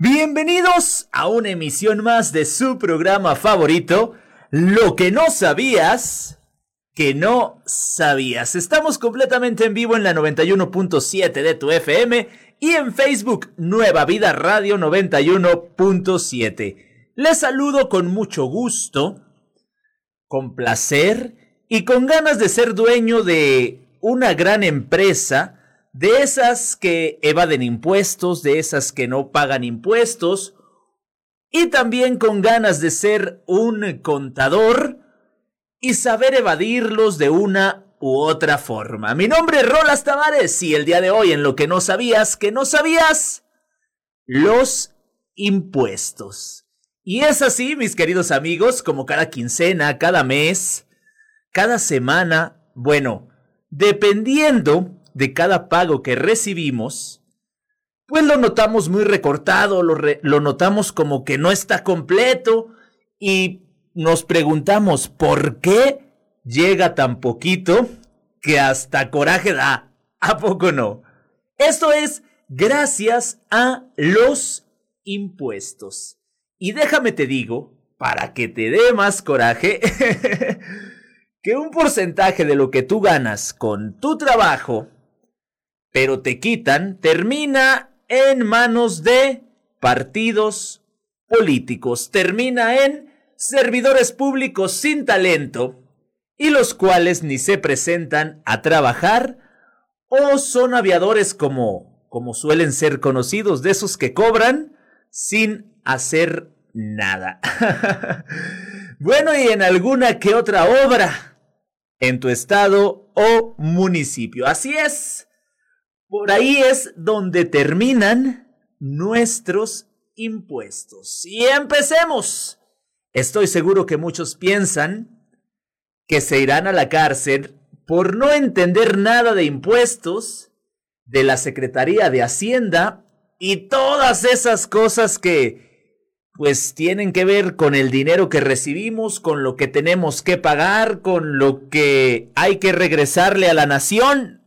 Bienvenidos a una emisión más de su programa favorito, Lo que no sabías, que no sabías. Estamos completamente en vivo en la 91.7 de tu FM y en Facebook Nueva Vida Radio 91.7. Les saludo con mucho gusto, con placer y con ganas de ser dueño de una gran empresa, de esas que evaden impuestos, de esas que no pagan impuestos, y también con ganas de ser un contador y saber evadirlos de una u otra forma. Mi nombre es Rolas Tavares y el día de hoy en Lo que no sabías, que no sabías, los impuestos. Y es así, mis queridos amigos, como cada quincena, cada mes, cada semana, bueno, dependiendo de cada pago que recibimos, pues lo notamos muy recortado, lo notamos como que no está completo y nos preguntamos por qué llega tan poquito que hasta coraje da. ¿A poco no? Esto es gracias a los impuestos. Y déjame te digo, para que te dé más coraje, que un porcentaje de lo que tú ganas con tu trabajo, pero te quitan, termina en manos de partidos políticos, termina en servidores públicos sin talento y los cuales ni se presentan a trabajar o son aviadores como suelen ser conocidos, de esos que cobran sin hacer nada. Bueno, y en alguna que otra obra en tu estado o municipio. Así es. Por ahí es donde terminan nuestros impuestos. Y empecemos. Estoy seguro que muchos piensan que se irán a la cárcel por no entender nada de impuestos, de la Secretaría de Hacienda y todas esas cosas que pues tienen que ver con el dinero que recibimos, con lo que tenemos que pagar, con lo que hay que regresarle a la nación.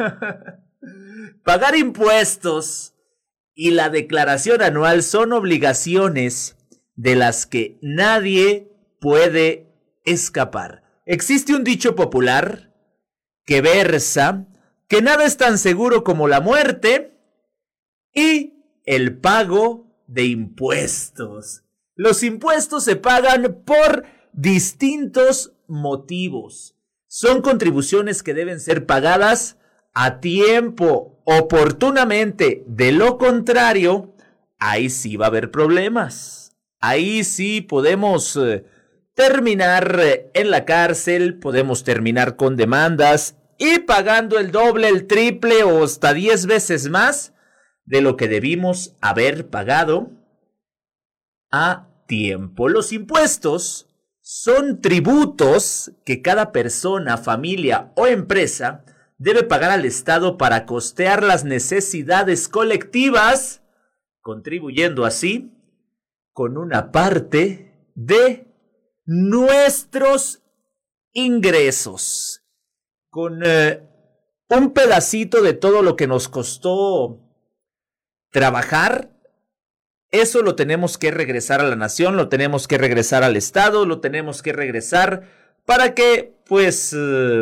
Pagar impuestos y la declaración anual son obligaciones de las que nadie puede escapar. Existe un dicho popular que versa que nada es tan seguro como la muerte y el pago de impuestos. Los impuestos se pagan por distintos motivos. Son contribuciones que deben ser pagadas a tiempo, oportunamente. De lo contrario, ahí sí va a haber problemas. Ahí sí podemos terminar en la cárcel, podemos terminar con demandas y pagando el doble, el triple o hasta 10 veces más de lo que debimos haber pagado a tiempo. Los impuestos son tributos que cada persona, familia o empresa debe pagar al Estado para costear las necesidades colectivas, contribuyendo así con una parte de nuestros ingresos, con un pedacito de todo lo que nos costó trabajar. Eso lo tenemos que regresar a la nación, lo tenemos que regresar al Estado, lo tenemos que regresar para que pues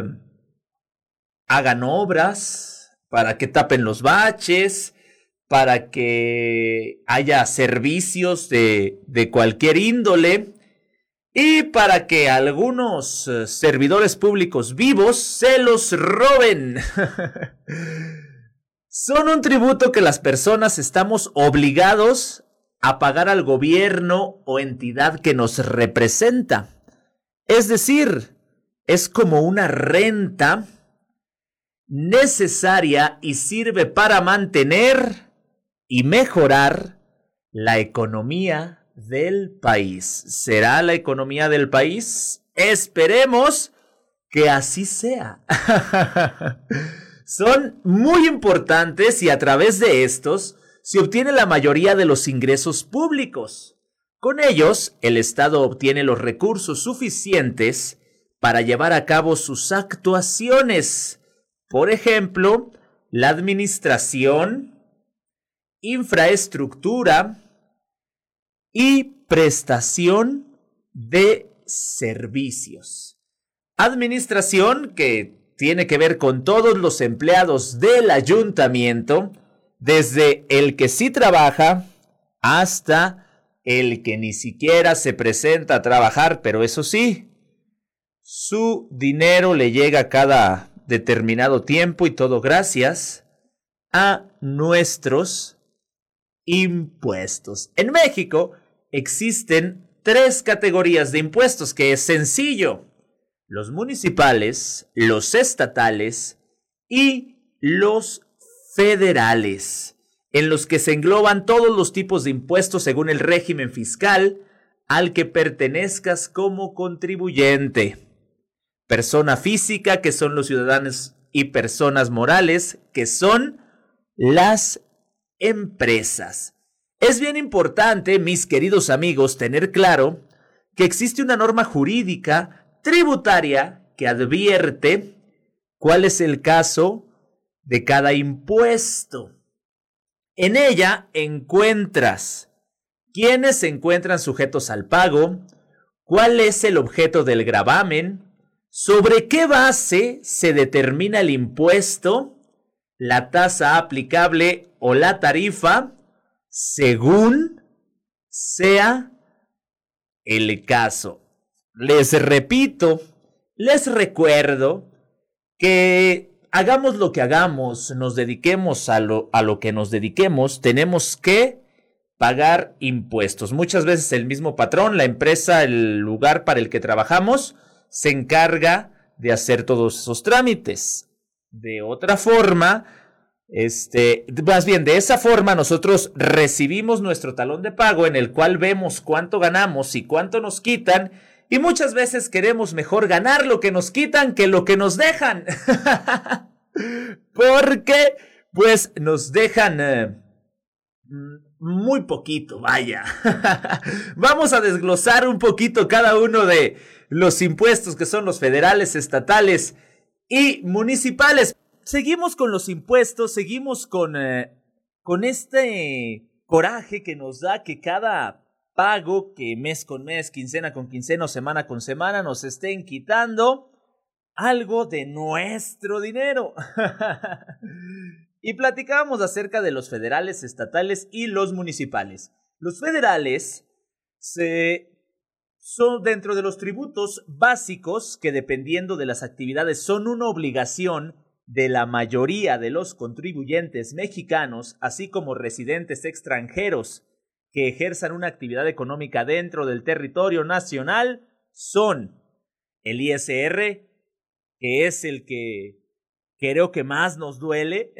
hagan obras, para que tapen los baches, para que haya servicios de cualquier índole y para que algunos servidores públicos vivos se los roben. Son un tributo que las personas estamos obligados a pagar al gobierno o entidad que nos representa. Es decir, es como una renta necesaria y sirve para mantener y mejorar la economía del país. ¿Será la economía del país? Esperemos que así sea. Son muy importantes y a través de estos se obtiene la mayoría de los ingresos públicos. Con ellos, el Estado obtiene los recursos suficientes para llevar a cabo sus actuaciones. Por ejemplo, la administración, infraestructura, y prestación de servicios. Administración, que tiene que ver con todos los empleados del ayuntamiento, desde el que sí trabaja hasta el que ni siquiera se presenta a trabajar, pero eso sí, su dinero le llega cada determinado tiempo y todo gracias a nuestros impuestos. En México existen 3 categorías de impuestos, que es sencillo: los municipales, los estatales y los federales, en los que se engloban todos los tipos de impuestos según el régimen fiscal al que pertenezcas como contribuyente. Persona física, que son los ciudadanos, y personas morales, que son las empresas. Es bien importante, mis queridos amigos, tener claro que existe una norma jurídica tributaria que advierte cuál es el caso de cada impuesto. En ella encuentras quiénes se encuentran sujetos al pago, cuál es el objeto del gravamen, sobre qué base se determina el impuesto, la tasa aplicable o la tarifa, según sea el caso. Les repito, les recuerdo que hagamos lo que hagamos, nos dediquemos a lo que nos dediquemos, tenemos que pagar impuestos. Muchas veces el mismo patrón, la empresa, el lugar para el que trabajamos, se encarga de hacer todos esos trámites. De otra forma, más bien de esa forma nosotros recibimos nuestro talón de pago en el cual vemos cuánto ganamos y cuánto nos quitan, y muchas veces queremos mejor ganar lo que nos quitan que lo que nos dejan. Porque pues nos dejan muy poquito, vaya. Vamos a desglosar un poquito cada uno de los impuestos, que son los federales, estatales y municipales. Seguimos con los impuestos, seguimos con este coraje que nos da que cada pago, que mes con mes, quincena con quincena o semana con semana, nos estén quitando algo de nuestro dinero. Y platicábamos acerca de los federales, estatales y los municipales. Los federales son dentro de los tributos básicos que, dependiendo de las actividades, son una obligación de la mayoría de los contribuyentes mexicanos, así como residentes extranjeros que ejerzan una actividad económica dentro del territorio nacional. Son el ISR, que es el que creo que más nos duele,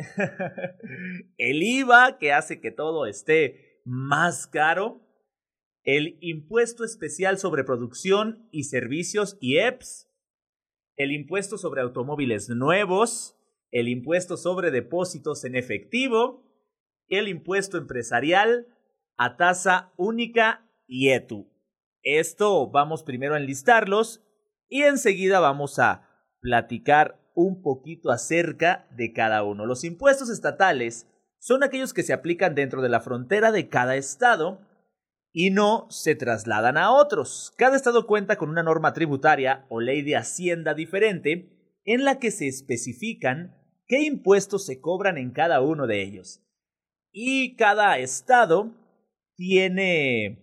el IVA, que hace que todo esté más caro, el Impuesto Especial sobre Producción y Servicios, IEPS, el Impuesto sobre Automóviles Nuevos, el Impuesto sobre Depósitos en Efectivo, el Impuesto Empresarial a Tasa Única y ETU. Esto vamos primero a enlistarlos y enseguida vamos a platicar un poquito acerca de cada uno. Los impuestos estatales son aquellos que se aplican dentro de la frontera de cada estado y no se trasladan a otros. Cada estado cuenta con una norma tributaria o ley de hacienda diferente en la que se especifican qué impuestos se cobran en cada uno de ellos. Y cada estado tiene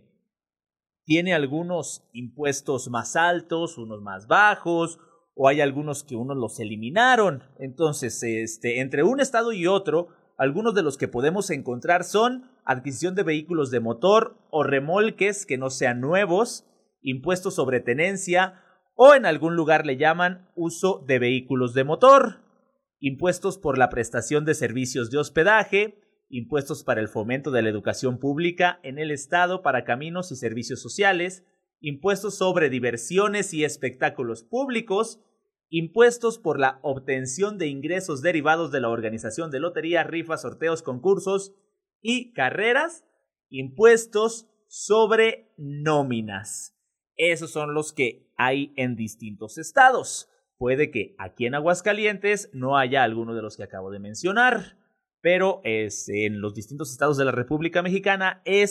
algunos impuestos más altos, unos más bajos, o hay algunos que unos los eliminaron. Entonces, entre un estado y otro, algunos de los que podemos encontrar son adquisición de vehículos de motor o remolques que no sean nuevos, impuestos sobre tenencia, o en algún lugar le llaman uso de vehículos de motor, impuestos por la prestación de servicios de hospedaje, impuestos para el fomento de la educación pública en el estado para caminos y servicios sociales, impuestos sobre diversiones y espectáculos públicos, impuestos por la obtención de ingresos derivados de la organización de loterías, rifas, sorteos, concursos y carreras, impuestos sobre nóminas. Esos son los que hay en distintos estados. Puede que aquí en Aguascalientes no haya alguno de los que acabo de mencionar, pero en los distintos estados de la República Mexicana es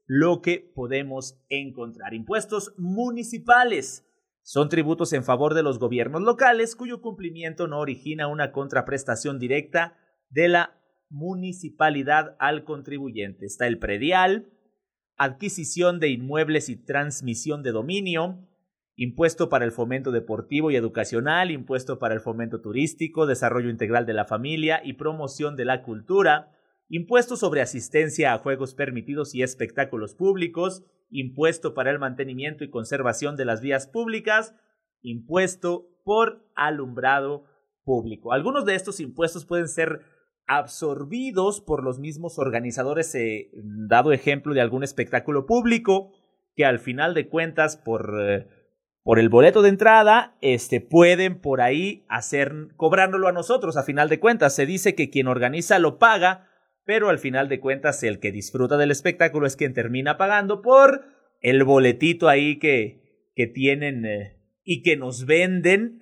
lo que podemos encontrar. Impuestos municipales. Son tributos en favor de los gobiernos locales cuyo cumplimiento no origina una contraprestación directa de la municipalidad al contribuyente. Está el predial, adquisición de inmuebles y transmisión de dominio, impuesto para el fomento deportivo y educacional, impuesto para el fomento turístico, desarrollo integral de la familia y promoción de la cultura, impuesto sobre asistencia a juegos permitidos y espectáculos públicos, impuesto para el mantenimiento y conservación de las vías públicas, impuesto por alumbrado público. Algunos de estos impuestos pueden ser absorbidos por los mismos organizadores, dado ejemplo de algún espectáculo público, que al final de cuentas, por el boleto de entrada, pueden por ahí cobrándolo a nosotros. A final de cuentas, se dice que quien organiza lo paga, pero al final de cuentas el que disfruta del espectáculo es quien termina pagando por el boletito ahí que tienen y que nos venden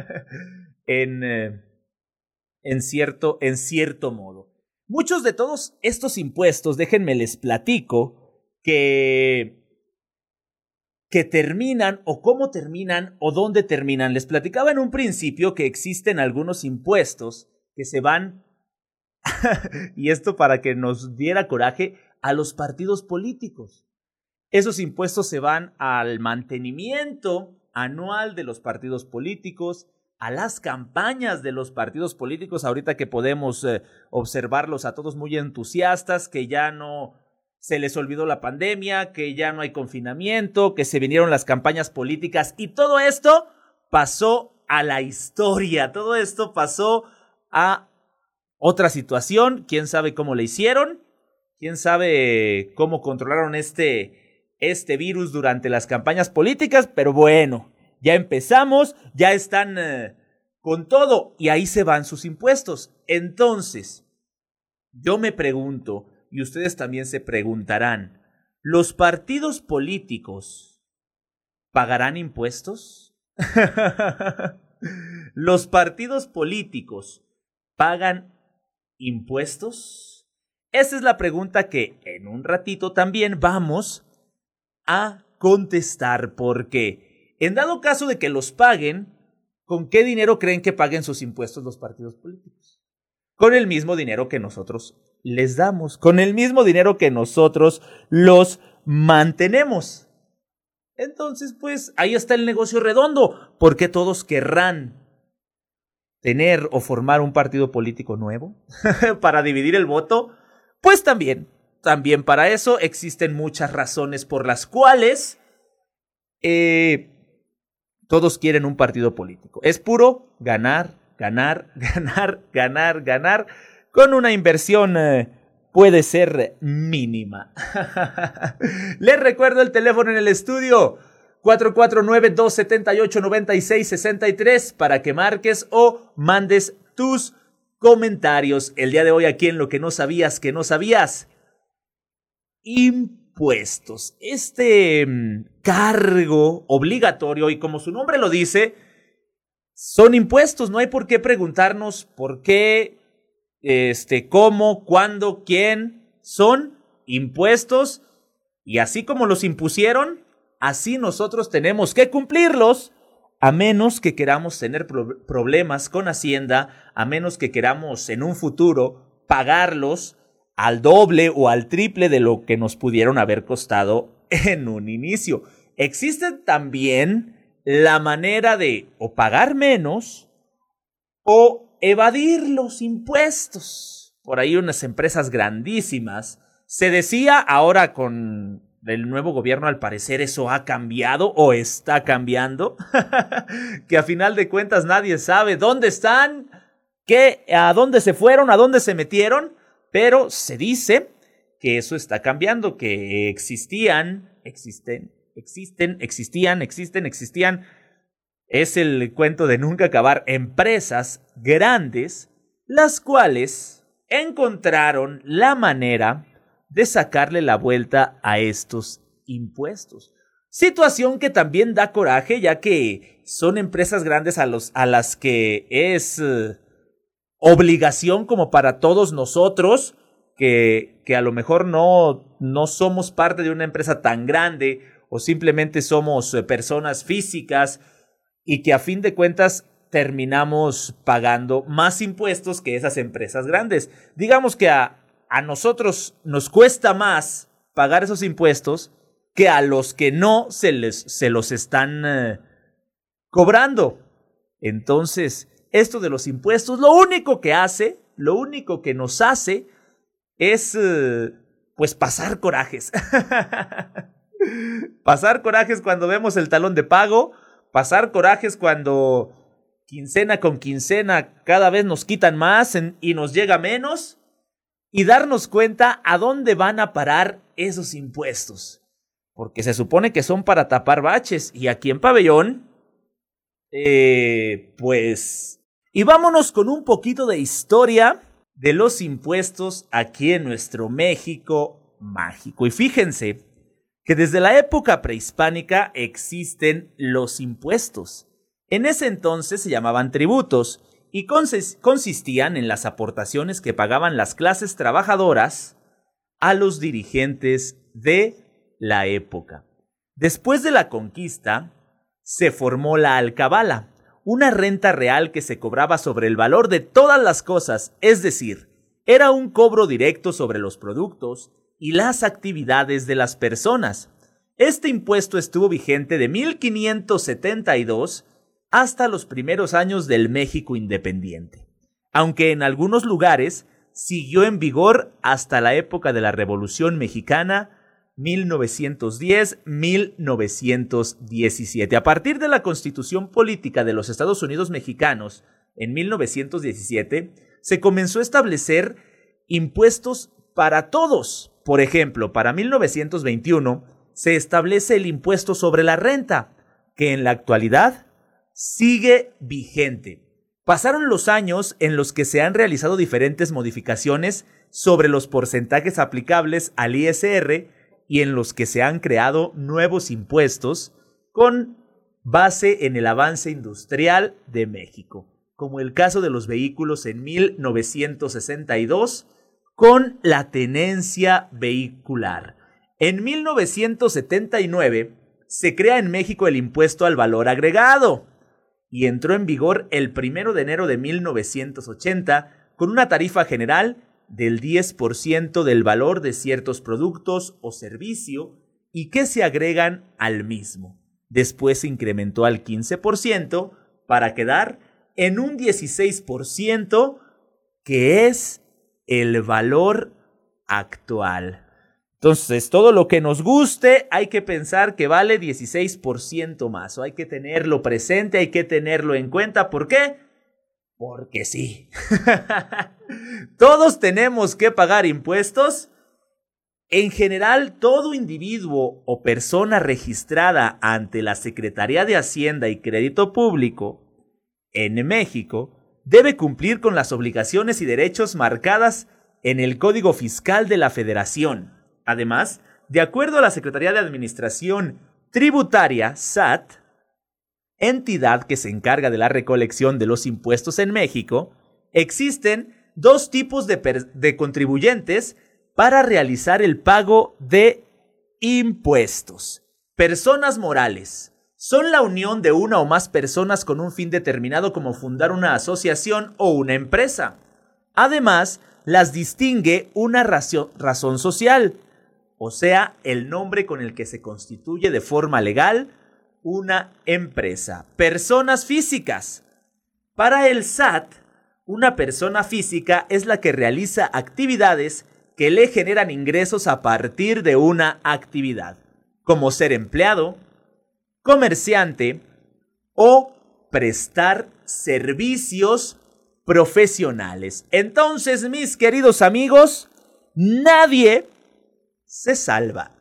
en cierto modo. Muchos de todos estos impuestos, déjenme les platico, que terminan o cómo terminan o dónde terminan. Les platicaba en un principio que existen algunos impuestos que se van y esto para que nos diera coraje, a los partidos políticos. Esos impuestos se van al mantenimiento anual de los partidos políticos, a las campañas de los partidos políticos, ahorita que podemos observarlos a todos muy entusiastas, que ya no se les olvidó la pandemia, que ya no hay confinamiento, que se vinieron las campañas políticas y todo esto pasó a la historia, todo esto pasó a otra situación. ¿Quién sabe cómo le hicieron? ¿Quién sabe cómo controlaron este virus durante las campañas políticas? Pero bueno, ya empezamos, ya están con todo y ahí se van sus impuestos. Entonces, yo me pregunto, y ustedes también se preguntarán, ¿los partidos políticos pagarán impuestos? ¿Los partidos políticos pagan impuestos? Esa es la pregunta que en un ratito también vamos a contestar, porque en dado caso de que los paguen, ¿con qué dinero creen que paguen sus impuestos los partidos políticos? Con el mismo dinero que nosotros les damos, con el mismo dinero que nosotros los mantenemos. Entonces, pues, ahí está el negocio redondo, porque todos querrán tener o formar un partido político nuevo para dividir el voto. Pues también para eso existen muchas razones por las cuales todos quieren un partido político. Es puro ganar, con una inversión puede ser mínima. Les recuerdo el teléfono en el estudio, 449-278-9663, para que marques o mandes tus comentarios. El día de hoy aquí en Lo que no sabías que no sabías. Impuestos. Cargo obligatorio, y como su nombre lo dice, son impuestos. No hay por qué preguntarnos por qué, cómo, cuándo, quién. Son impuestos y así como los impusieron, así nosotros tenemos que cumplirlos, a menos que queramos tener problemas con Hacienda, a menos que queramos en un futuro pagarlos al doble o al triple de lo que nos pudieron haber costado en un inicio. Existe también la manera de o pagar menos o evadir los impuestos. Por ahí unas empresas grandísimas. Se decía, ahora con el nuevo gobierno al parecer eso ha cambiado o está cambiando, que a final de cuentas nadie sabe dónde están, a dónde se fueron, a dónde se metieron, pero se dice que eso está cambiando, que existían. Es el cuento de nunca acabar. Empresas grandes, las cuales encontraron la manera de sacarle la vuelta a estos impuestos. Situación que también da coraje, ya que son empresas grandes a las que es obligación, como para todos nosotros, que a lo mejor no somos parte de una empresa tan grande o simplemente somos personas físicas y que a fin de cuentas terminamos pagando más impuestos que esas empresas grandes. Digamos que a nosotros nos cuesta más pagar esos impuestos que a los que no se los están cobrando. Entonces, esto de los impuestos, lo único que nos hace es pues pasar corajes. Pasar corajes cuando vemos el talón de pago, pasar corajes cuando quincena con quincena cada vez nos quitan más y nos llega menos, y darnos cuenta a dónde van a parar esos impuestos. Porque se supone que son para tapar baches, y aquí en Pabellón, pues... Y vámonos con un poquito de historia de los impuestos aquí en nuestro México mágico. Y fíjense que desde la época prehispánica existen los impuestos. En ese entonces se llamaban tributos y consistían en las aportaciones que pagaban las clases trabajadoras a los dirigentes de la época. Después de la conquista, se formó la alcabala, una renta real que se cobraba sobre el valor de todas las cosas, es decir, era un cobro directo sobre los productos y las actividades de las personas. Este impuesto estuvo vigente de 1572 hasta los primeros años del México independiente, aunque en algunos lugares siguió en vigor hasta la época de la Revolución Mexicana, 1910-1917. A partir de la Constitución Política de los Estados Unidos Mexicanos, en 1917, se comenzó a establecer impuestos para todos. Por ejemplo, para 1921 se establece el impuesto sobre la renta, que en la actualidad sigue vigente. Pasaron los años en los que se han realizado diferentes modificaciones sobre los porcentajes aplicables al ISR y en los que se han creado nuevos impuestos con base en el avance industrial de México, como el caso de los vehículos en 1962 con la tenencia vehicular. En 1979 se crea en México el impuesto al valor agregado y entró en vigor el 1 de enero de 1980 con una tarifa general del 10% del valor de ciertos productos o servicio y que se agregan al mismo. Después se incrementó al 15% para quedar en un 16% que es el valor actual. Entonces, todo lo que nos guste hay que pensar que vale 16% más, o hay que tenerlo presente, hay que tenerlo en cuenta. ¿Por qué? Porque sí. Todos tenemos que pagar impuestos. En general, todo individuo o persona registrada ante la Secretaría de Hacienda y Crédito Público en México debe cumplir con las obligaciones y derechos marcadas en el Código Fiscal de la Federación. Además, de acuerdo a la Secretaría de Administración Tributaria, SAT, entidad que se encarga de la recolección de los impuestos en México, existen dos tipos de contribuyentes para realizar el pago de impuestos. Personas morales. Son la unión de una o más personas con un fin determinado como fundar una asociación o una empresa. Además, las distingue una razón social, o sea, el nombre con el que se constituye de forma legal una empresa. Personas físicas. Para el SAT, una persona física es la que realiza actividades que le generan ingresos a partir de una actividad, como ser empleado, comerciante o prestar servicios profesionales. Entonces, mis queridos amigos, nadie se salva.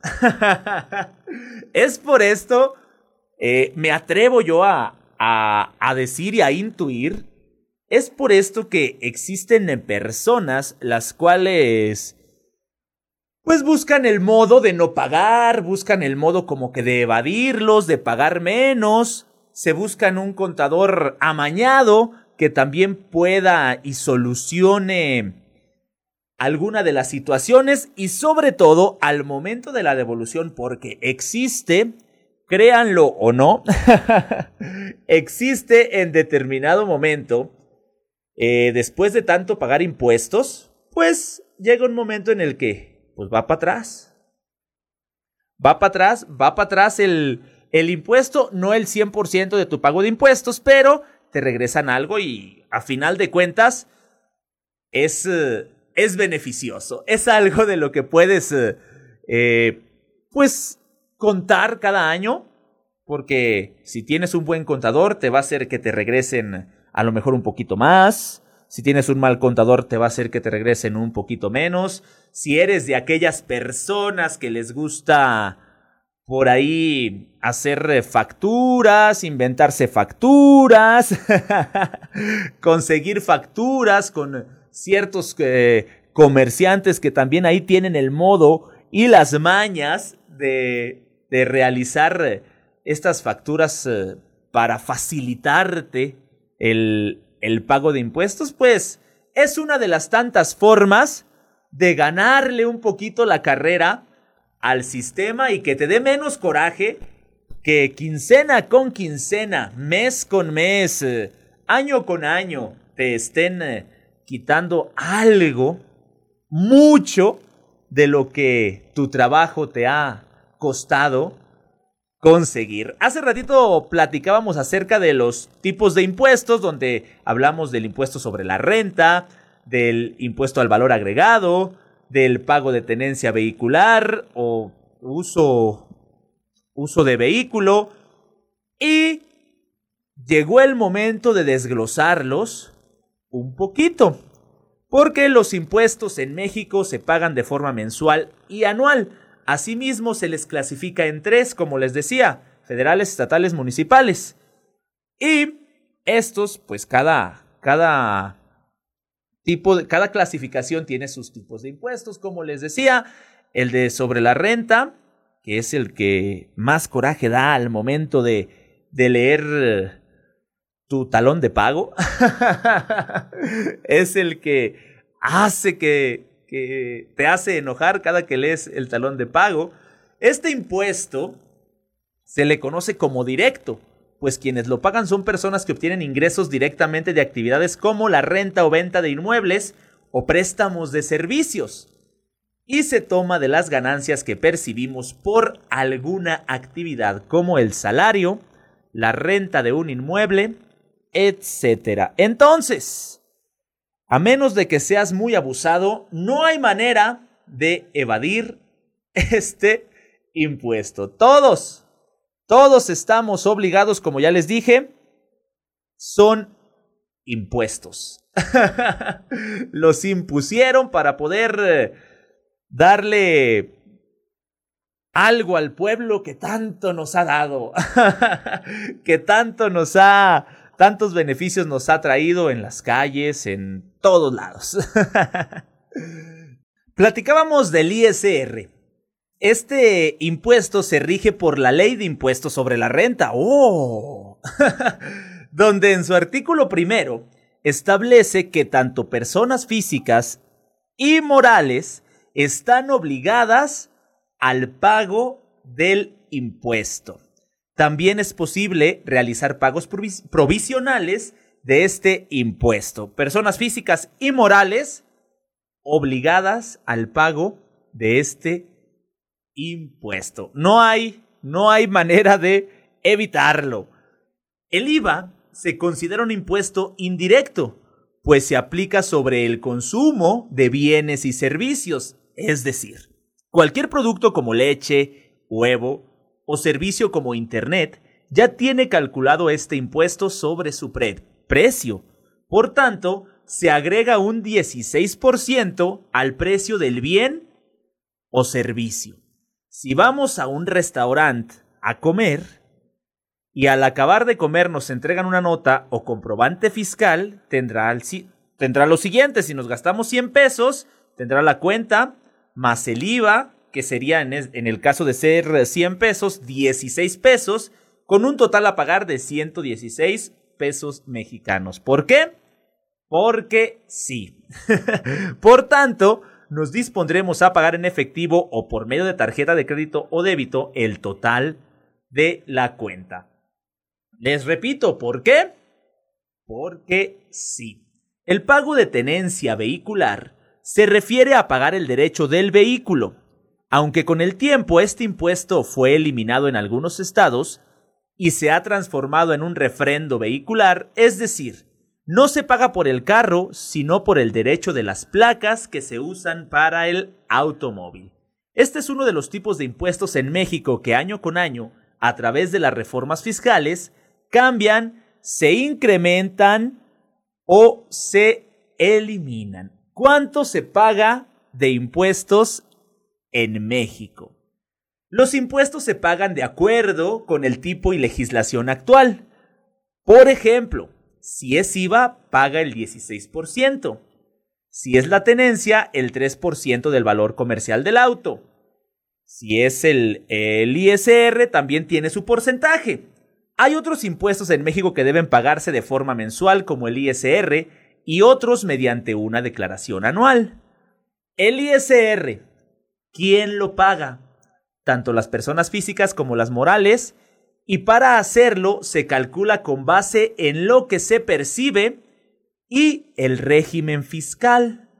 Es por esto, me atrevo yo a decir y a intuir, es por esto que existen personas las cuales pues buscan el modo de no pagar, buscan el modo como que de evadirlos, de pagar menos, se buscan un contador amañado que también pueda y solucione alguna de las situaciones y sobre todo al momento de la devolución, porque existe, créanlo o no, existe en determinado momento, después de tanto pagar impuestos, pues llega un momento en el que pues va para atrás. Va para atrás el impuesto, no el 100% de tu pago de impuestos, pero te regresan algo y a final de cuentas es beneficioso. Es algo de lo que puedes pues contar cada año, porque si tienes un buen contador te va a hacer que te regresen a lo mejor un poquito más. Si tienes un mal contador te va a hacer que te regresen un poquito menos. Si eres de aquellas personas que les gusta por ahí hacer facturas, inventarse facturas, conseguir facturas con ciertos comerciantes que también ahí tienen el modo y las mañas de realizar estas facturas para facilitarte el pago de impuestos, pues es una de las tantas formas de ganarle un poquito la carrera al sistema y que te dé menos coraje que quincena con quincena, mes con mes, año con año, te estén quitando algo, mucho de lo que tu trabajo te ha costado conseguir. Hace ratito platicábamos acerca de los tipos de impuestos, donde hablamos del impuesto sobre la renta, del impuesto al valor agregado, del pago de tenencia vehicular o uso de vehículo, y llegó el momento de desglosarlos un poquito, porque los impuestos en México se pagan de forma mensual y anual. Asimismo, se les clasifica en tres, como les decía, federales, estatales, municipales. Y estos, pues cada clasificación tiene sus tipos de impuestos, como les decía, el de sobre la renta, que es el que más coraje da al momento de leer tu talón de pago. Es el que hace que te hace enojar cada que lees el talón de pago. Este impuesto se le conoce como directo, pues quienes lo pagan son personas que obtienen ingresos directamente de actividades como la renta o venta de inmuebles o préstamos de servicios, y se toma de las ganancias que percibimos por alguna actividad como el salario, la renta de un inmueble, etc. Entonces, a menos de que seas muy abusado, no hay manera de evadir este impuesto. Todos estamos obligados, como ya les dije, son impuestos. Los impusieron para poder darle algo al pueblo que tanto nos ha dado, que tantos beneficios nos ha traído en las calles, en todos lados. Platicábamos del ISR. Este impuesto se rige por la Ley de Impuestos sobre la Renta. ¡Oh! Donde en su artículo primero establece que tanto personas físicas y morales están obligadas al pago del impuesto. También es posible realizar pagos provisionales de este impuesto. Personas físicas y morales obligadas al pago de este impuesto. No hay manera de evitarlo. El IVA se considera un impuesto indirecto, pues se aplica sobre el consumo de bienes y servicios. Es decir, cualquier producto como leche, huevo o servicio como Internet ya tiene calculado este impuesto sobre su precio. Por tanto, se agrega un 16% al precio del bien o servicio. Si vamos a un restaurante a comer y al acabar de comer nos entregan una nota o comprobante fiscal, tendrá lo siguiente: si nos gastamos 100 pesos, tendrá la cuenta más el IVA, que sería en el caso de ser 100 pesos, 16 pesos, con un total a pagar de 116 pesos mexicanos. ¿Por qué? Porque sí. Por tanto, nos dispondremos a pagar en efectivo o por medio de tarjeta de crédito o débito el total de la cuenta. Les repito, ¿por qué? Porque sí. El pago de tenencia vehicular se refiere a pagar el derecho del vehículo. Aunque con el tiempo este impuesto fue eliminado en algunos estados y se ha transformado en un refrendo vehicular, es decir, no se paga por el carro, sino por el derecho de las placas que se usan para el automóvil. Este es uno de los tipos de impuestos en México que año con año, a través de las reformas fiscales, cambian, se incrementan o se eliminan. ¿Cuánto se paga de impuestos en México? Los impuestos se pagan de acuerdo con el tipo y legislación actual. Por ejemplo, si es IVA, paga el 16%. Si es la tenencia, el 3% del valor comercial del auto. Si es el ISR, también tiene su porcentaje. Hay otros impuestos en México que deben pagarse de forma mensual, como el ISR, y otros mediante una declaración anual. El ISR, ¿quién lo paga? Tanto las personas físicas como las morales, y para hacerlo se calcula con base en lo que se percibe y el régimen fiscal.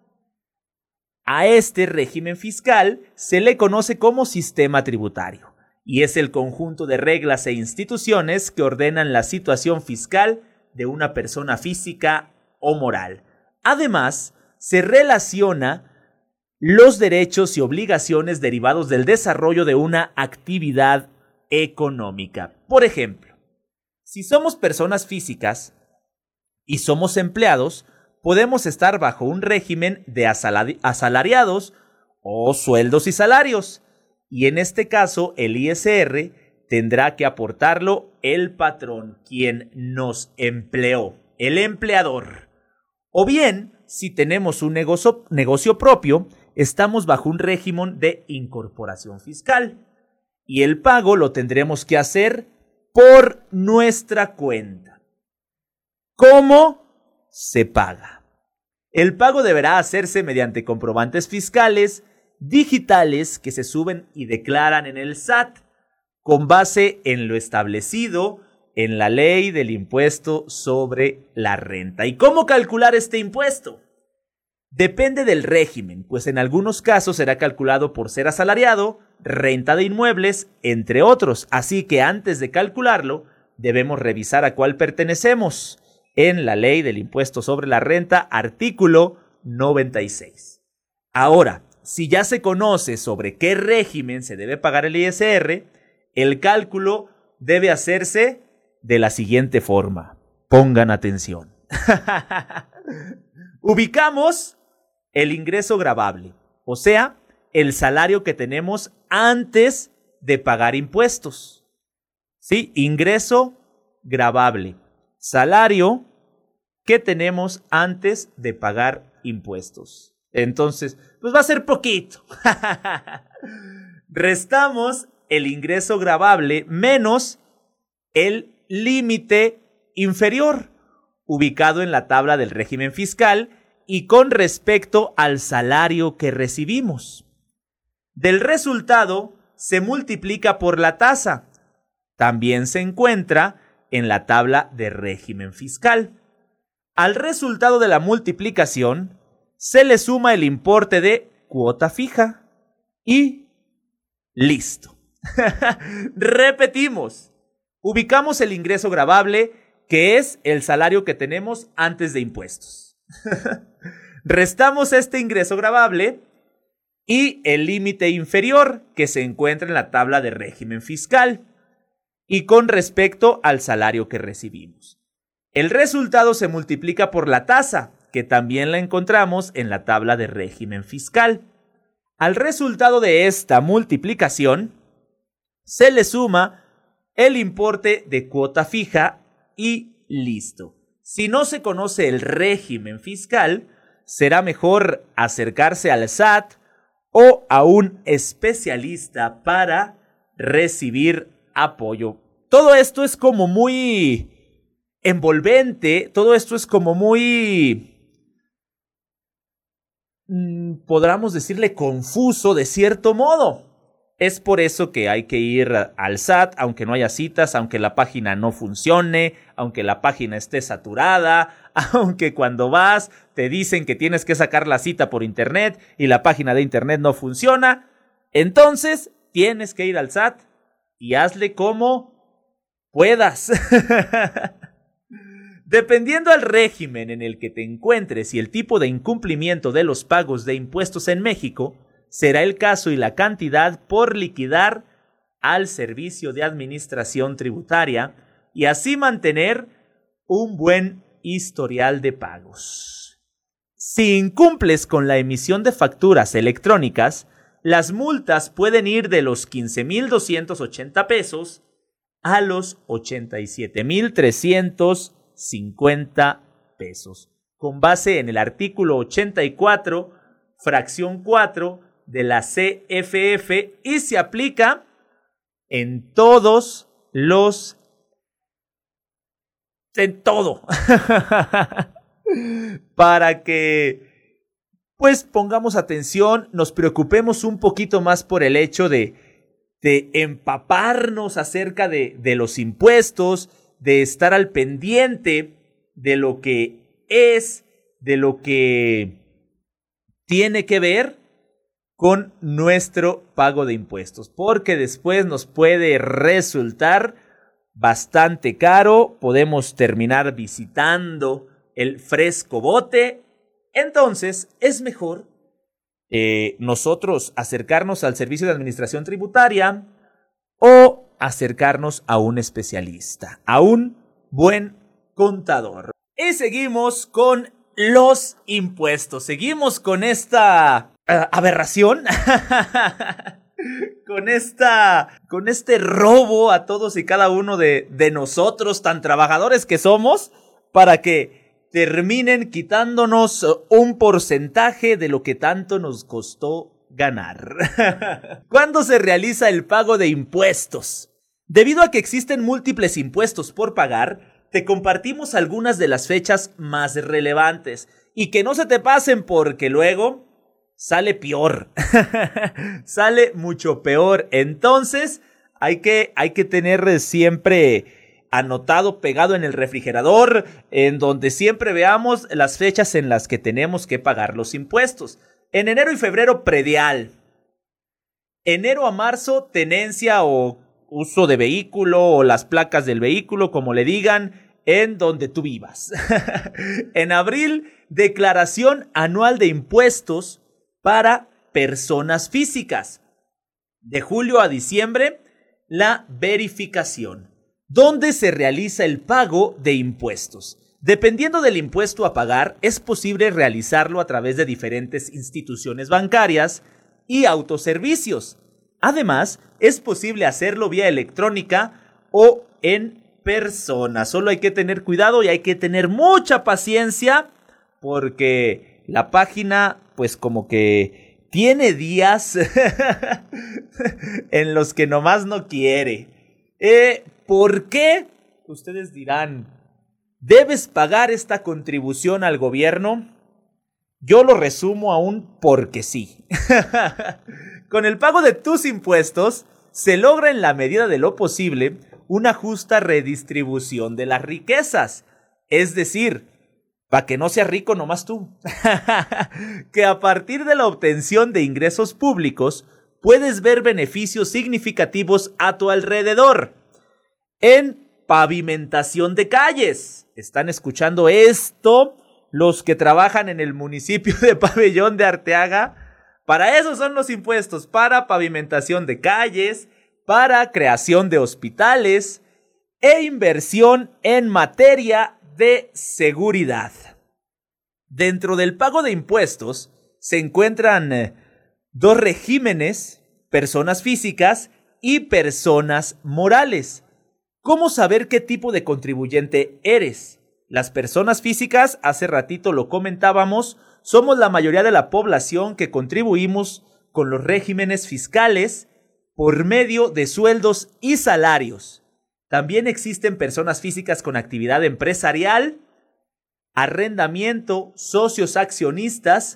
A este régimen fiscal se le conoce como sistema tributario, y es el conjunto de reglas e instituciones que ordenan la situación fiscal de una persona física o moral. Además, se relaciona los derechos y obligaciones derivados del desarrollo de una actividad económica. Por ejemplo, si somos personas físicas y somos empleados, podemos estar bajo un régimen de asalariados o sueldos y salarios, y en este caso el ISR tendrá que aportarlo el patrón, quien nos empleó, el empleador. O bien, si tenemos un negocio propio, estamos bajo un régimen de incorporación fiscal y el pago lo tendremos que hacer por nuestra cuenta. ¿Cómo se paga? El pago deberá hacerse mediante comprobantes fiscales digitales que se suben y declaran en el SAT con base en lo establecido en la ley del impuesto sobre la renta. ¿Y cómo calcular este impuesto? Depende del régimen, pues en algunos casos será calculado por ser asalariado, renta de inmuebles, entre otros. Así que antes de calcularlo, debemos revisar a cuál pertenecemos en la ley del impuesto sobre la renta, artículo 96. Ahora, si ya se conoce sobre qué régimen se debe pagar el ISR, el cálculo debe hacerse de la siguiente forma. Pongan atención. Ubicamos el ingreso gravable, o sea, el salario que tenemos antes de pagar impuestos. ¿Sí? Ingreso gravable, salario que tenemos antes de pagar impuestos. Entonces, pues va a ser poquito. Restamos el ingreso gravable menos el límite inferior, ubicado en la tabla del régimen fiscal y con respecto al salario que recibimos. Del resultado se multiplica por la tasa. También se encuentra en la tabla de régimen fiscal. Al resultado de la multiplicación se le suma el importe de cuota fija y listo. Repetimos. Ubicamos el ingreso gravable, que es el salario que tenemos antes de impuestos. Restamos este ingreso gravable y el límite inferior que se encuentra en la tabla de régimen fiscal y con respecto al salario que recibimos. El resultado se multiplica por la tasa, que también la encontramos en la tabla de régimen fiscal. Al resultado de esta multiplicación se le suma el importe de cuota fija y listo. Si no se conoce el régimen fiscal, será mejor acercarse al SAT o a un especialista para recibir apoyo. Todo esto es como muy envolvente, todo esto es como muy podríamos decirle, confuso de cierto modo. Es por eso que hay que ir al SAT, aunque no haya citas, aunque la página no funcione, aunque la página esté saturada, aunque cuando vas te dicen que tienes que sacar la cita por internet y la página de internet no funciona. Entonces tienes que ir al SAT y hazle como puedas. Dependiendo al régimen en el que te encuentres y el tipo de incumplimiento de los pagos de impuestos en México, será el caso y la cantidad por liquidar al Servicio de Administración Tributaria y así mantener un buen historial de pagos. Si incumples con la emisión de facturas electrónicas, las multas pueden ir de los 15,280 pesos a los 87,350 pesos, con base en el artículo 84, fracción 4 de la CFF, y se aplica en todos los... en todo. Para que pues pongamos atención, nos preocupemos un poquito más por el hecho de empaparnos acerca de los impuestos, de estar al pendiente de lo que es, de lo que tiene que ver con nuestro pago de impuestos, porque después nos puede resultar bastante caro, podemos terminar visitando el frescobote. Entonces es mejor nosotros acercarnos al Servicio de Administración Tributaria o acercarnos a un especialista, a un buen contador. Y seguimos con los impuestos, seguimos con esta aberración, con este robo a todos y cada uno de nosotros, tan trabajadores que somos, para que terminen quitándonos un porcentaje de lo que tanto nos costó ganar. ¿Cuándo se realiza el pago de impuestos? Debido a que existen múltiples impuestos por pagar, te compartimos algunas de las fechas más relevantes y que no se te pasen porque luego sale peor. Sale mucho peor. Entonces hay que tener siempre anotado, pegado en el refrigerador, en donde siempre veamos las fechas en las que tenemos que pagar los impuestos. En enero y febrero, predial. Enero a marzo, tenencia o uso de vehículo o las placas del vehículo, como le digan, en donde tú vivas. En abril, declaración anual de impuestos para personas físicas. De julio a diciembre, la verificación, donde se realiza el pago de impuestos. Dependiendo del impuesto a pagar, es posible realizarlo a través de diferentes instituciones bancarias y autoservicios. Además, es posible hacerlo vía electrónica o en persona. Solo hay que tener cuidado y hay que tener mucha paciencia porque la página, pues como que tiene días en los que nomás no quiere. ¿Por qué? Ustedes dirán, ¿debes pagar esta contribución al gobierno? Yo lo resumo a un porque sí. Con el pago de tus impuestos, se logra en la medida de lo posible una justa redistribución de las riquezas. Es decir, para que no seas rico nomás tú. Que a partir de la obtención de ingresos públicos, puedes ver beneficios significativos a tu alrededor. En pavimentación de calles. ¿Están escuchando esto? Los que trabajan en el municipio de Pabellón de Arteaga. Para eso son los impuestos, para pavimentación de calles, para creación de hospitales e inversión en materia de seguridad. Dentro del pago de impuestos se encuentran dos regímenes, personas físicas y personas morales. ¿Cómo saber qué tipo de contribuyente eres? Las personas físicas, hace ratito lo comentábamos, somos la mayoría de la población que contribuimos con los regímenes fiscales por medio de sueldos y salarios. También existen personas físicas con actividad empresarial, arrendamiento, socios accionistas,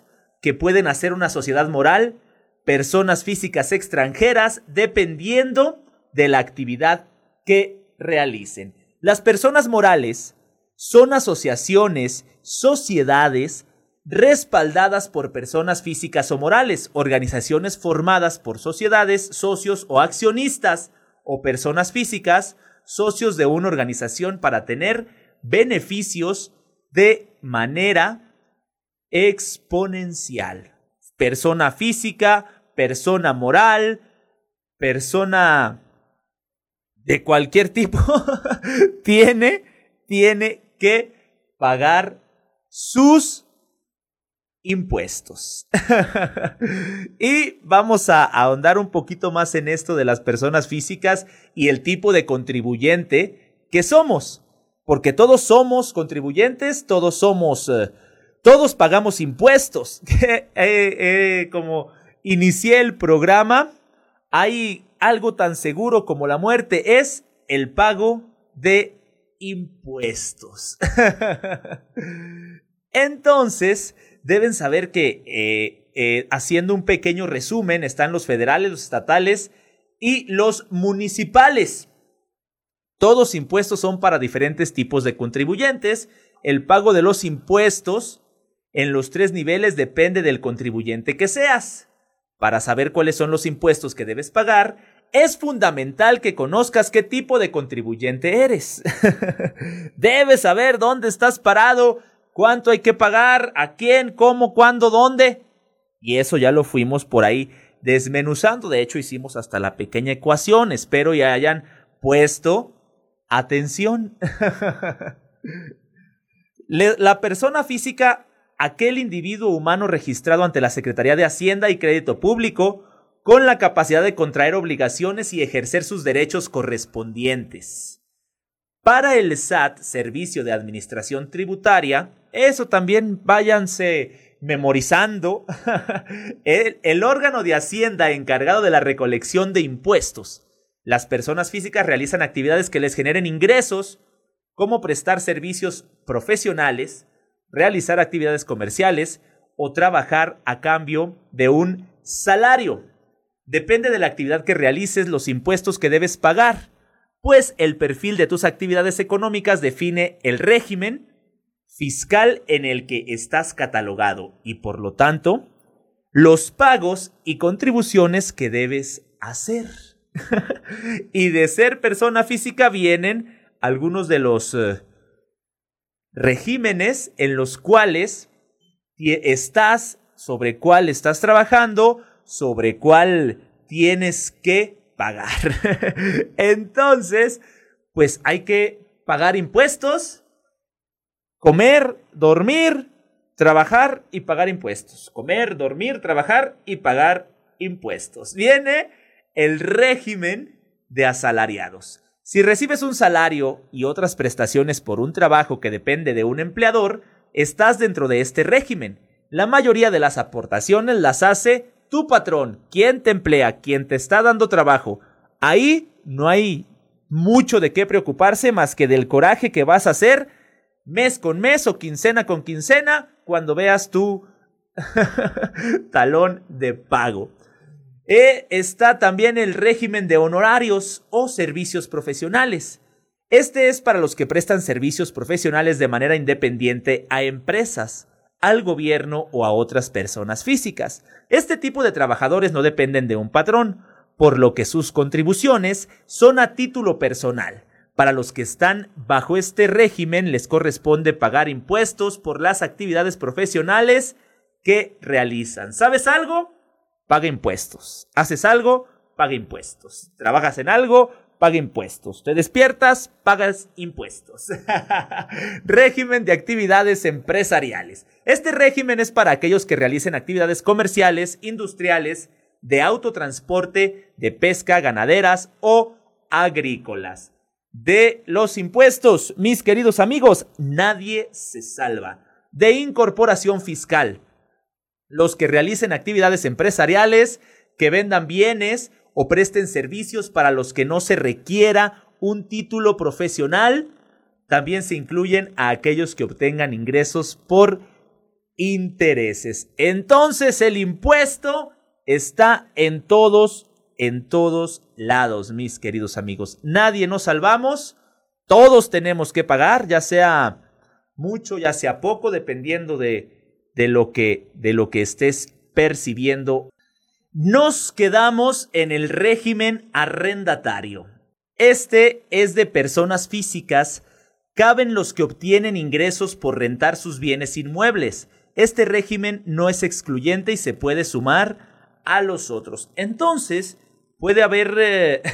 que pueden hacer una sociedad moral, personas físicas extranjeras, dependiendo de la actividad que realicen. Las personas morales son asociaciones, sociedades, respaldadas por personas físicas o morales, organizaciones formadas por sociedades, socios o accionistas, o personas físicas, socios de una organización para tener beneficios de manera exponencial. Persona física, persona moral, persona de cualquier tipo, tiene que pagar sus impuestos. Y vamos a ahondar un poquito más en esto de las personas físicas y el tipo de contribuyente que somos, porque todos somos contribuyentes, todos pagamos impuestos. Como inicié el programa, hay algo tan seguro como la muerte, es el pago de impuestos. Entonces, deben saber que, haciendo un pequeño resumen, están los federales, los estatales y los municipales. Todos impuestos son para diferentes tipos de contribuyentes. El pago de los impuestos en los 3 niveles depende del contribuyente que seas. Para saber cuáles son los impuestos que debes pagar, es fundamental que conozcas qué tipo de contribuyente eres. Debes saber dónde estás parado, cuánto hay que pagar, a quién, cómo, cuándo, dónde. Y eso ya lo fuimos por ahí desmenuzando. De hecho, hicimos hasta la pequeña ecuación. Espero ya hayan puesto atención. La persona física, aquel individuo humano registrado ante la Secretaría de Hacienda y Crédito Público, con la capacidad de contraer obligaciones y ejercer sus derechos correspondientes. Para el SAT, Servicio de Administración Tributaria, eso también váyanse memorizando, el órgano de Hacienda encargado de la recolección de impuestos. Las personas físicas realizan actividades que les generen ingresos, como prestar servicios profesionales, realizar actividades comerciales o trabajar a cambio de un salario. Depende de la actividad que realices los impuestos que debes pagar, pues el perfil de tus actividades económicas define el régimen fiscal en el que estás catalogado y, por lo tanto, los pagos y contribuciones que debes hacer. Y de ser persona física vienen algunos de los regímenes en los cuales sobre cuál estás trabajando, sobre cuál tienes que pagar. Entonces, pues hay que pagar impuestos, comer, dormir, trabajar y pagar impuestos. Comer, dormir, trabajar y pagar impuestos. Viene el régimen de asalariados. Si recibes un salario y otras prestaciones por un trabajo que depende de un empleador, estás dentro de este régimen. La mayoría de las aportaciones las hace tu patrón, quien te emplea, quien te está dando trabajo. Ahí no hay mucho de qué preocuparse más que del coraje que vas a hacer mes con mes o quincena con quincena cuando veas tu talón de pago. Está también el régimen de honorarios o servicios profesionales. Este es para los que prestan servicios profesionales de manera independiente a empresas, al gobierno o a otras personas físicas. Este tipo de trabajadores no dependen de un patrón, por lo que sus contribuciones son a título personal. Para los que están bajo este régimen les corresponde pagar impuestos por las actividades profesionales que realizan. ¿Sabes algo? Paga impuestos. ¿Haces algo? Paga impuestos. ¿Trabajas en algo? Paga impuestos. ¿Te despiertas? Pagas impuestos. Régimen de actividades empresariales. Este régimen es para aquellos que realicen actividades comerciales, industriales, de autotransporte, de pesca, ganaderas o agrícolas. De los impuestos, mis queridos amigos, nadie se salva. De incorporación fiscal. Los que realicen actividades empresariales, que vendan bienes o presten servicios para los que no se requiera un título profesional. También se incluyen a aquellos que obtengan ingresos por intereses. Entonces el impuesto está en todos lados, mis queridos amigos. Nadie nos salvamos, todos tenemos que pagar, ya sea mucho, ya sea poco, dependiendo de lo que estés percibiendo. Nos quedamos en el régimen arrendatario. Este es de personas físicas. Caben los que obtienen ingresos por rentar sus bienes inmuebles. Este régimen no es excluyente y se puede sumar a los otros. Entonces, puede haber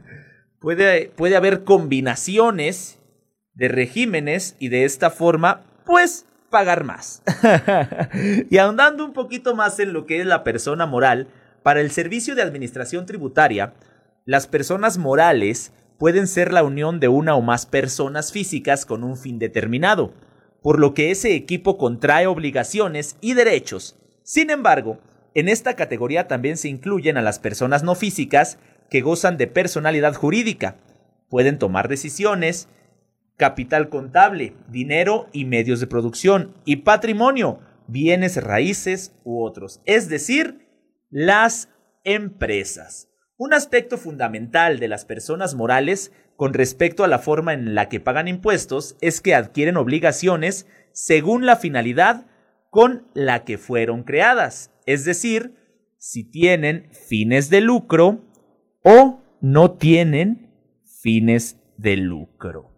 combinaciones de regímenes y de esta forma, pues, pagar más. Y ahondando un poquito más en lo que es la persona moral, para el Servicio de Administración Tributaria, las personas morales pueden ser la unión de una o más personas físicas con un fin determinado, por lo que ese equipo contrae obligaciones y derechos. Sin embargo, en esta categoría también se incluyen a las personas no físicas que gozan de personalidad jurídica. Pueden tomar decisiones, capital contable, dinero y medios de producción, y patrimonio, bienes raíces u otros, es decir, las empresas. Un aspecto fundamental de las personas morales con respecto a la forma en la que pagan impuestos es que adquieren obligaciones según la finalidad con la que fueron creadas, es decir, si tienen fines de lucro o no tienen fines de lucro.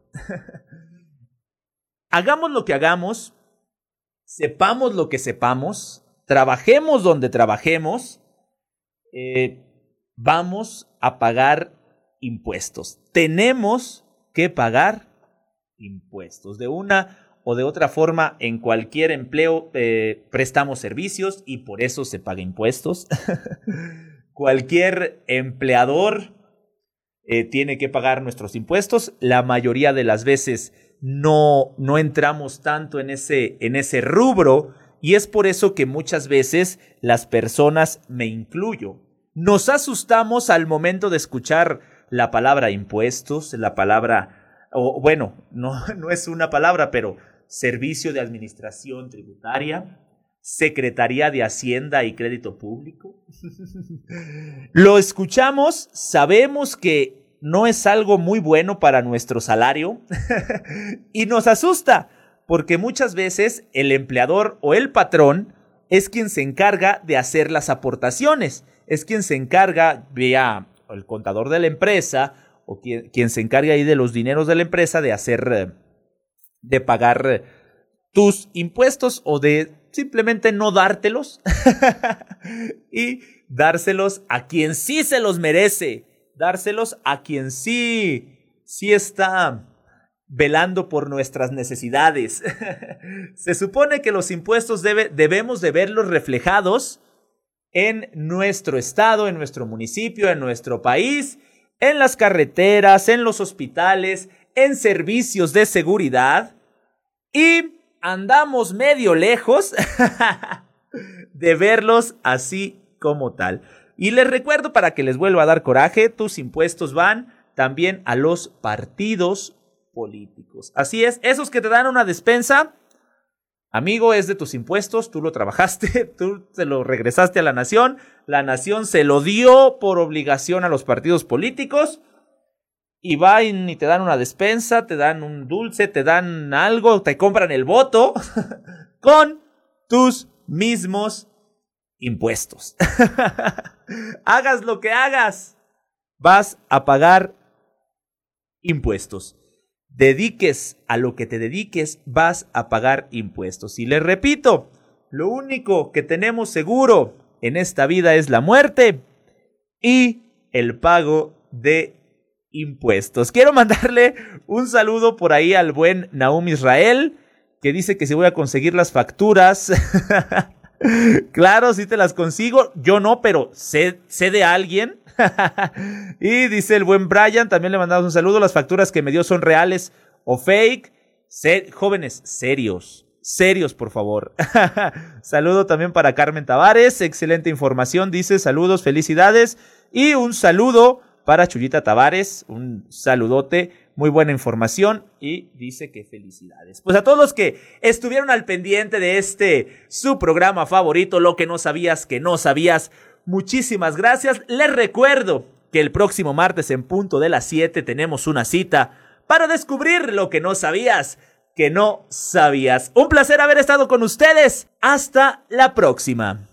Hagamos lo que hagamos, sepamos lo que sepamos, trabajemos donde trabajemos, vamos a pagar impuestos. Tenemos que pagar impuestos. De una o de otra forma, en cualquier empleo prestamos servicios y por eso se paga impuestos. Cualquier empleador tiene que pagar nuestros impuestos. La mayoría de las veces no entramos tanto en ese rubro, y es por eso que muchas veces las personas, me incluyo, nos asustamos al momento de escuchar la palabra impuestos, la palabra, no es una palabra, pero Servicio de Administración Tributaria, Secretaría de Hacienda y Crédito Público. Lo escuchamos, sabemos que no es algo muy bueno para nuestro salario y nos asusta porque muchas veces el empleador o el patrón es quien se encarga de hacer las aportaciones, es quien se encarga vía el contador de la empresa o quien se encarga ahí de los dineros de la empresa de pagar tus impuestos o de simplemente no dártelos y dárselos a quien sí se los merece, dárselos a quien sí está velando por nuestras necesidades. Se supone que los impuestos debemos de verlos reflejados en nuestro estado, en nuestro municipio, en nuestro país, en las carreteras, en los hospitales, en servicios de seguridad, y andamos medio lejos de verlos así como tal. Y les recuerdo, para que les vuelva a dar coraje, tus impuestos van también a los partidos políticos. Así es, esos que te dan una despensa, amigo, es de tus impuestos, tú lo trabajaste, tú se lo regresaste a la nación se lo dio por obligación a los partidos políticos, y van y te dan una despensa, te dan un dulce, te dan algo, te compran el voto con tus mismos impuestos. Hagas lo que hagas, vas a pagar impuestos. Dediques a lo que te dediques, vas a pagar impuestos. Y les repito, lo único que tenemos seguro en esta vida es la muerte y el pago de impuestos. Quiero mandarle un saludo por ahí al buen Nahum Israel, que dice que si voy a conseguir las facturas. Claro, sí te las consigo. Yo no, pero sé de alguien. Y dice el buen Brian, también le mandamos un saludo. Las facturas que me dio son reales o fake. Jóvenes, serios, por favor. Saludo también para Carmen Tavares. Excelente información, dice. Saludos, felicidades. Y un saludo para Chuyita Tavares. Un saludote, muy buena información y dice que felicidades. Pues a todos los que estuvieron al pendiente de su programa favorito, Lo que no sabías que no sabías, muchísimas gracias. Les recuerdo que el próximo martes en punto de las 7 tenemos una cita para descubrir lo que no sabías que no sabías. Un placer haber estado con ustedes. Hasta la próxima.